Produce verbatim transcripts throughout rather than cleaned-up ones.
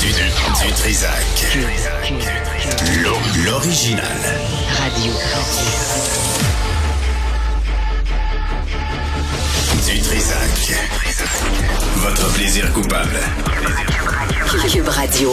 Du, du, du Trisac. L'o- L'original. Radio. Du Trisac. Votre plaisir coupable. Cube Radio.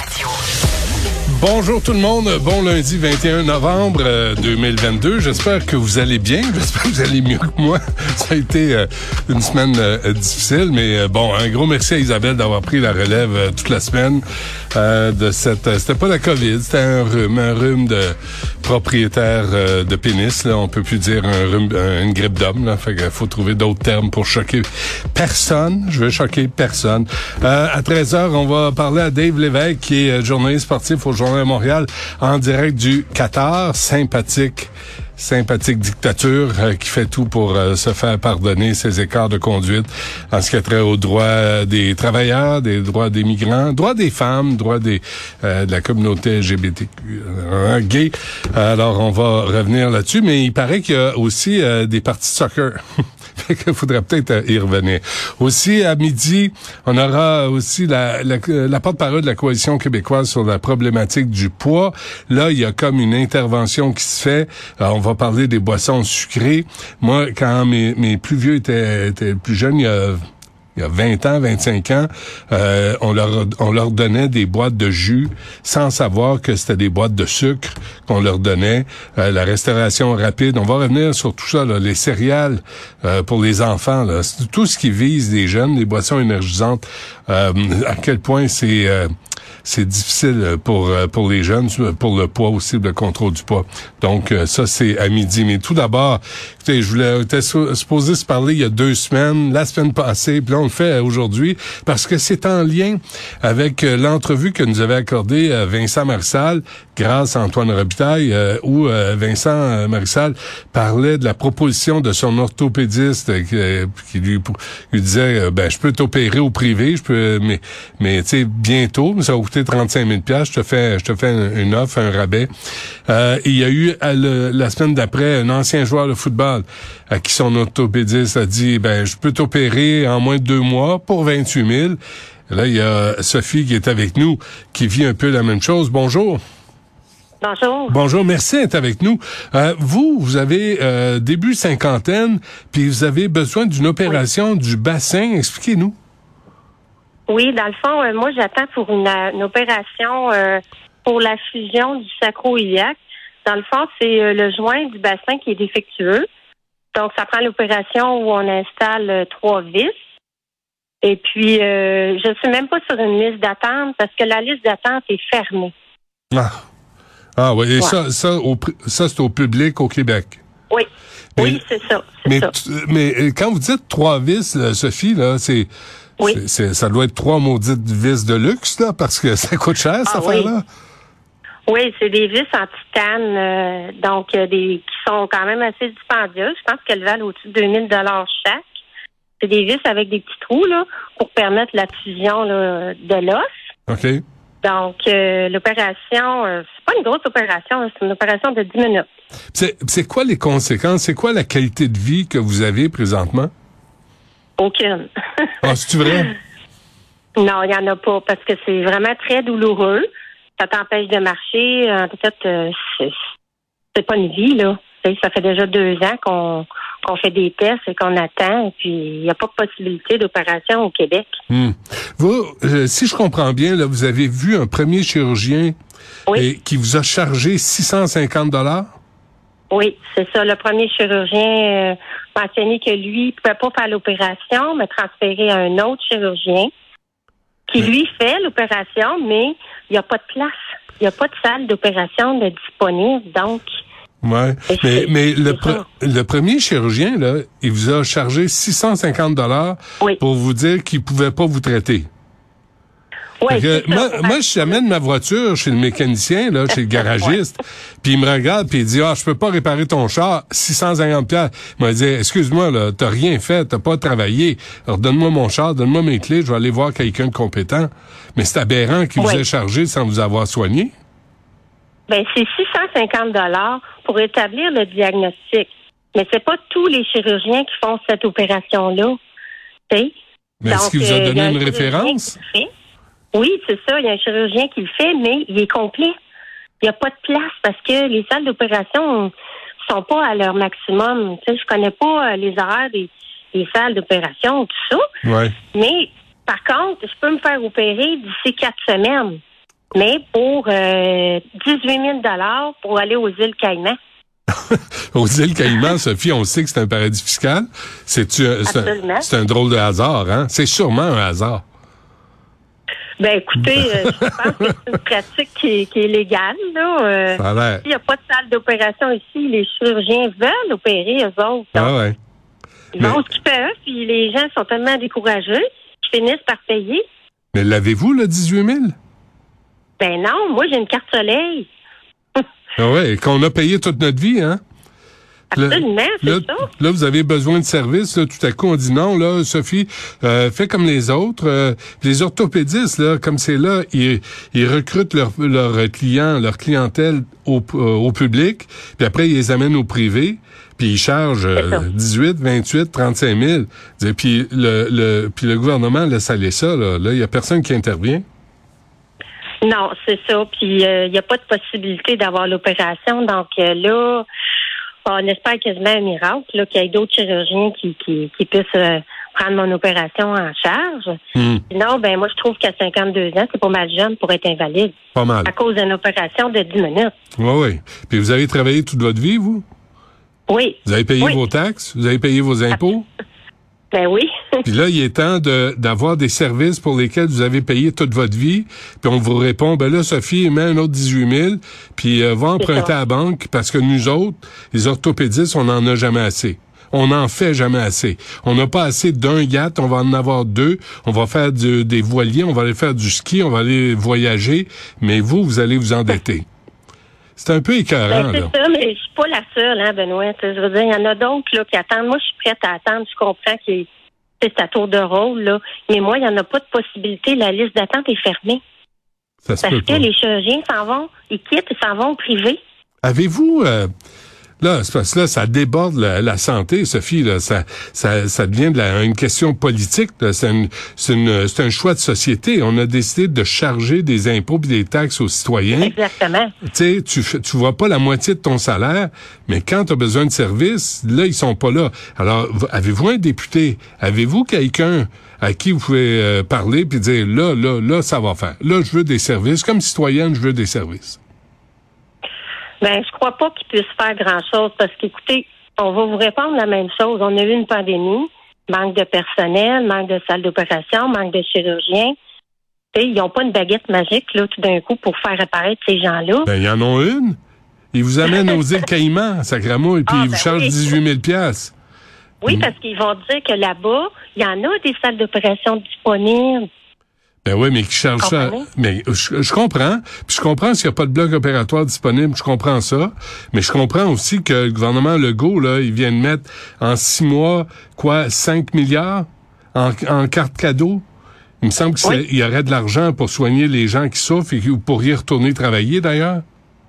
Bonjour tout le monde, bon lundi vingt et un novembre euh, deux mille vingt-deux. J'espère que vous allez bien, j'espère que vous allez mieux que moi. Ça a été euh, une semaine euh, difficile, mais euh, bon, un gros merci à Isabelle d'avoir pris la relève euh, toute la semaine euh, de cette... Euh, c'était pas la COVID, c'était un rhume, un rhume de propriétaire euh, de pénis. Là, on peut plus dire un rhume, un, une grippe d'homme. Là, fait qu'il faut trouver d'autres termes pour choquer personne. Je veux choquer personne. Euh, à treize heures, on va parler à Dave Lévesque, qui est journaliste sportif au Journal de Montréal, en direct du Qatar. Sympathique, sympathique dictature euh, qui fait tout pour euh, se faire pardonner ses écarts de conduite en ce qui a trait aux droits des travailleurs, des droits des migrants, droits des femmes, droits des euh, de la communauté L G B T Q euh, gay. Alors, on va revenir là-dessus, mais il paraît qu'il y a aussi euh, des parties de soccer. Fait qu'il faudrait peut-être y revenir. Aussi, à midi, on aura aussi la, la, la porte-parole de la Coalition québécoise sur la problématique du poids. Là, il y a comme une intervention qui se fait. Alors, on va parler des boissons sucrées. Moi, quand mes, mes plus vieux étaient, étaient plus jeunes, il y a... Il y a vingt ans, vingt-cinq ans, euh, on leur on leur donnait des boîtes de jus sans savoir que c'était des boîtes de sucre qu'on leur donnait. Euh, la restauration rapide, on va revenir sur tout ça, là, les céréales euh, pour les enfants, là, tout ce qui vise les jeunes, les boissons énergisantes, euh, à quel point c'est euh, c'est difficile pour pour les jeunes, pour le poids aussi, le contrôle du poids. Donc ça, c'est à midi. Mais tout d'abord, écoutez, je voulais était supposé se parler il y a deux semaines, la semaine passée, puis là on le fait aujourd'hui parce que c'est en lien avec l'entrevue que nous avait accordée Vincent Marissal grâce à Antoine Robitaille, euh, où euh, Vincent Marissal parlait de la proposition de son orthopédiste euh, qui, qui lui, lui disait euh, ben je peux t'opérer au privé, je peux, mais mais tu sais bientôt, ça va coûter trente-cinq mille dollars, je te fais je te fais une offre, un rabais. Euh, il y a eu le, la semaine d'après un ancien joueur de football à qui son orthopédiste a dit ben je peux t'opérer en moins de deux mois pour vingt-huit mille. Là il y a Sophie qui est avec nous qui vit un peu la même chose. Bonjour. Bonjour. Bonjour, merci d'être avec nous. Euh, vous, vous avez euh, début cinquantaine, puis vous avez besoin d'une opération oui. du bassin. Expliquez-nous. Oui, dans le fond, euh, moi, j'attends pour une, une opération euh, pour la fusion du sacro-iliaque. Dans le fond, c'est euh, le joint du bassin qui est défectueux. Donc, ça prend l'opération où on installe euh, trois vis. Et puis, euh, je suis même pas sur une liste d'attente parce que la liste d'attente est fermée. Ah. Ah oui, et ouais. ça, ça, ça, au, ça, c'est au public au Québec. Oui, mais, oui, c'est ça. C'est mais, ça. mais quand vous dites trois vis, là, Sophie, là, c'est, oui. c'est, c'est, ça doit être trois maudites vis de luxe, là, parce que ça coûte cher, cette ah, affaire-là. Oui. oui, c'est des vis en titane, euh, donc euh, des qui sont quand même assez dispendieuses. Je pense qu'elles valent au-dessus de deux mille dollars chaque. C'est des vis avec des petits trous là pour permettre la fusion là, de l'os. OK. Donc, euh, l'opération, euh, c'est pas une grosse opération, c'est une opération de dix minutes. C'est, c'est quoi les conséquences? C'est quoi la qualité de vie que vous avez présentement? Aucune. Ah, c'est-tu vrai? Non, il n'y en a pas, parce que c'est vraiment très douloureux. Ça t'empêche de marcher. En fait, euh, c'est, c'est pas une vie, là. Ça fait déjà deux ans qu'on, qu'on fait des tests et qu'on attend, et puis il n'y a pas de possibilité d'opération au Québec. Hmm. Vous, euh, si je comprends bien, là, vous avez vu un premier chirurgien oui. et, qui vous a chargé six cent cinquante dollars? Oui, c'est ça. Le premier chirurgien euh, mentionnait que lui, il ne pouvait pas faire l'opération, mais transférer à un autre chirurgien qui, lui, fait l'opération, mais il n'y a pas de place. Il n'y a pas de salle d'opération de disponible, donc... Ouais, mais, mais le, pre- le premier chirurgien, là, il vous a chargé six cent cinquante dollars oui. pour vous dire qu'il pouvait pas vous traiter. Oui, que, moi, moi, j'amène ma voiture chez le mécanicien, là, chez le garagiste, ouais. Puis il me regarde puis il dit, ah, je peux pas réparer ton char, six cent cinquante dollars. Il m'a dit, excuse-moi, là, t'as rien fait, t'as pas travaillé. Alors, donne-moi mon char, donne-moi mes clés, je vais aller voir quelqu'un de compétent. Mais c'est aberrant qu'il oui. vous ait chargé sans vous avoir soigné. Ben, c'est six cent cinquante dollars pour établir le diagnostic. Mais c'est pas tous les chirurgiens qui font cette opération-là. Tu sais? Mais est-ce qu'il vous a donné euh, une référence? Oui, c'est ça. Il y a un chirurgien qui le fait, mais il est complet. Il n'y a pas de place parce que les salles d'opération sont pas à leur maximum. Tu sais, je connais pas les horaires des, des salles d'opération, tout ça. Ouais. Mais par contre, je peux me faire opérer d'ici quatre semaines. Mais pour euh, dix-huit mille dollars pour aller aux îles Caïmans. Aux îles Caïmans, Sophie, on sait que c'est un paradis fiscal. C'est-tu, c'est, un, c'est un drôle de hasard, hein? C'est sûrement un hasard. Ben écoutez, euh, je pense que c'est une pratique qui est, qui est légale. Là. Euh, Ça a l'air. Il n'y a pas de salle d'opération ici. Les chirurgiens veulent opérer, eux autres. Ah ouais. Ils font ce qu'ils peuvent, puis les gens sont tellement découragés qu'ils finissent par payer. Mais l'avez-vous, le dix-huit mille? Ben non, moi j'ai une carte soleil. Ah ouais, qu'on a payé toute notre vie, hein? Absolument, c'est là, ça. Là, vous avez besoin de services. Là, tout à coup, on dit non. Là, Sophie, euh, fais comme les autres. Euh, les orthopédistes, là, comme c'est là, ils, ils recrutent leurs leur clients, leur clientèle au, euh, au public, puis après, ils les amènent au privé, puis ils chargent euh, dix-huit, vingt-huit, trente-cinq mille. Puis le, le, puis le gouvernement laisse aller ça. Là, il y a personne qui intervient. Non, c'est ça. Puis il euh, n'y a pas de possibilité d'avoir l'opération. Donc euh, là, on espère quasiment un miracle, là, qu'il y ait d'autres chirurgiens qui, qui, qui puissent euh, prendre mon opération en charge. Mmh. Sinon, ben moi, je trouve qu'à cinquante-deux ans, c'est pas mal jeune pour être invalide. Pas mal. À cause d'une opération de dix minutes. Oui, oui. Puis vous avez travaillé toute votre vie, vous? Oui. Vous avez payé oui. vos taxes? Vous avez payé vos impôts? Ben oui. Puis là, il est temps de d'avoir des services pour lesquels vous avez payé toute votre vie. Puis on vous répond, ben là, Sophie, mets un autre dix-huit mille, puis euh, va emprunter à la banque, parce que nous autres, les orthopédistes, on n'en a jamais assez. On n'en fait jamais assez. On n'a pas assez d'un yacht, on va en avoir deux. On va faire du, des voiliers, on va aller faire du ski, on va aller voyager. Mais vous, vous allez vous endetter. C'est un peu écœurant, ben, c'est là. ça, mais je suis pas la seule, hein, Benoît. Je veux dire, il y en a d'autres là qui attendent. Moi, je suis prête à attendre. Je comprends que c'est à tour de rôle, là. Mais moi, il n'y en a pas de possibilité. La liste d'attente est fermée. Ça se Parce peut que pas. les chirurgiens s'en vont, ils quittent, ils s'en vont au privé. Avez-vous... Euh, là, c'est parce que là, ça déborde la, la santé, Sophie. Là, ça, ça, ça devient de la, une question politique. Là. C'est, une, c'est, une, c'est un choix de société. On a décidé de charger des impôts et des taxes aux citoyens. Exactement. Tu sais, tu tu vois pas la moitié de ton salaire, mais quand tu as besoin de services, là, ils sont pas là. Alors, avez-vous un député? Avez-vous quelqu'un à qui vous pouvez euh, parler puis dire, là, là, là, ça va faire. Là, je veux des services. Comme citoyenne, je veux des services. Ben, je crois pas qu'ils puissent faire grand-chose parce qu'écoutez, on va vous répondre la même chose. On a eu une pandémie, manque de personnel, manque de salles d'opération, manque de chirurgiens. T'sais, ils n'ont pas une baguette magique, là, tout d'un coup, pour faire apparaître ces gens-là. Ben, ils en ont une. Ils vous amènent aux îles Caïmans, sacrément, et puis ah, ils vous ben chargent oui. dix-huit mille piastres. Oui, Mm. parce qu'ils vont dire que là-bas, il y en a des salles d'opération disponibles. Ben oui, mais qui chargent ça. Mais je, je comprends. Puis je comprends s'il n'y a pas de bloc opératoire disponible, je comprends ça. Mais je comprends aussi que le gouvernement Legault, là, il vient de mettre en six mois, quoi, cinq milliards en, en cartes cadeaux. Il me semble qu'il oui. y aurait de l'argent pour soigner les gens qui souffrent et qui pourraient retourner travailler, d'ailleurs.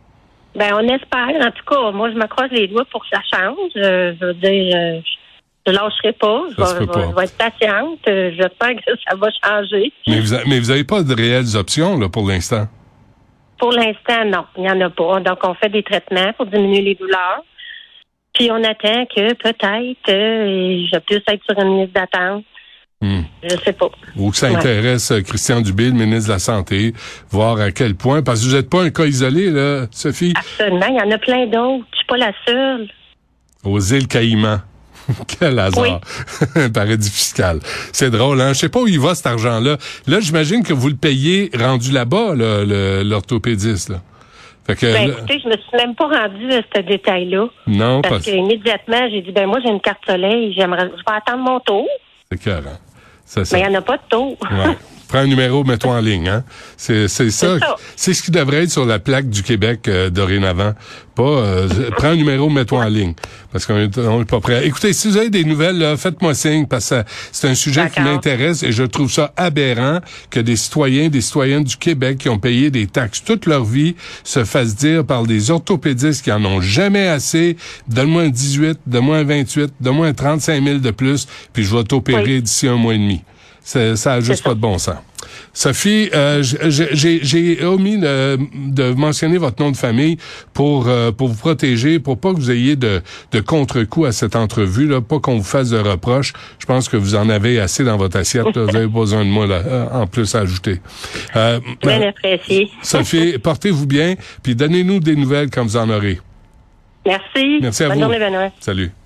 Ben, on espère. En tout cas, moi, je me croise les doigts pour que ça change. Euh, je veux dire, euh, je lâcherai pas. Je vais, pas. je vais être patiente. Euh, j'espère que ça va changer. Mais vous, a, mais vous avez pas de réelles options, là, pour l'instant? Pour l'instant, non. Il n'y en a pas. Donc, on fait des traitements pour diminuer les douleurs. Puis, on attend que peut-être euh, je puisse être sur une liste d'attente. Hmm. Je sais pas. Ou que ça intéresse ouais. Christian Dubé, le ministre de la Santé, voir à quel point, parce que vous n'êtes pas un cas isolé, là, Sophie. Absolument, il y en a plein d'autres. Je suis pas la seule. Aux îles Caïmans. Quel hasard. Oui. Un paradis fiscal. C'est drôle, hein? Je sais pas où il va, cet argent-là. Là, j'imagine que vous le payez rendu là-bas, là, le, l'orthopédiste, là. Fait que, ben, là... écoutez, je me suis même pas rendue à ce détail-là. Non, parce parce que immédiatement, j'ai dit, ben moi, j'ai une carte soleil, j'aimerais, je vais attendre mon tour. C'est clair, hein? Ça, mais il n'y en a pas de tour. Ouais. Prends un numéro, mets-toi en ligne, hein. C'est, c'est ça. C'est, ça. c'est ce qui devrait être sur la plaque du Québec euh, dorénavant. Pas, euh, prends un numéro, mets-toi en ligne. Parce qu'on est, on est pas prêt. Écoutez, si vous avez des nouvelles, là, faites-moi signe, parce que c'est un sujet D'accord. qui m'intéresse et je trouve ça aberrant que des citoyens, des citoyennes du Québec qui ont payé des taxes toute leur vie se fassent dire par des orthopédistes qui en ont jamais assez. Donne-moi un dix-huit, donne-moi un vingt-huit, donne-moi un trente-cinq mille de plus, puis je vais t'opérer oui. d'ici un mois et demi. C'est, ça a juste pas de bon sens. Sophie, euh, j'ai, j'ai omis de, de mentionner votre nom de famille pour euh, pour vous protéger, pour pas que vous ayez de, de contre-coup à cette entrevue, là, pas qu'on vous fasse de reproches. Je pense que vous en avez assez dans votre assiette. Là. Vous avez pas besoin de moi là, en plus à ajouter. Euh, Bien apprécié. Sophie, portez-vous bien, puis donnez-nous des nouvelles quand vous en aurez. Merci. Merci à Bonne vous. journée, Benoît. Salut.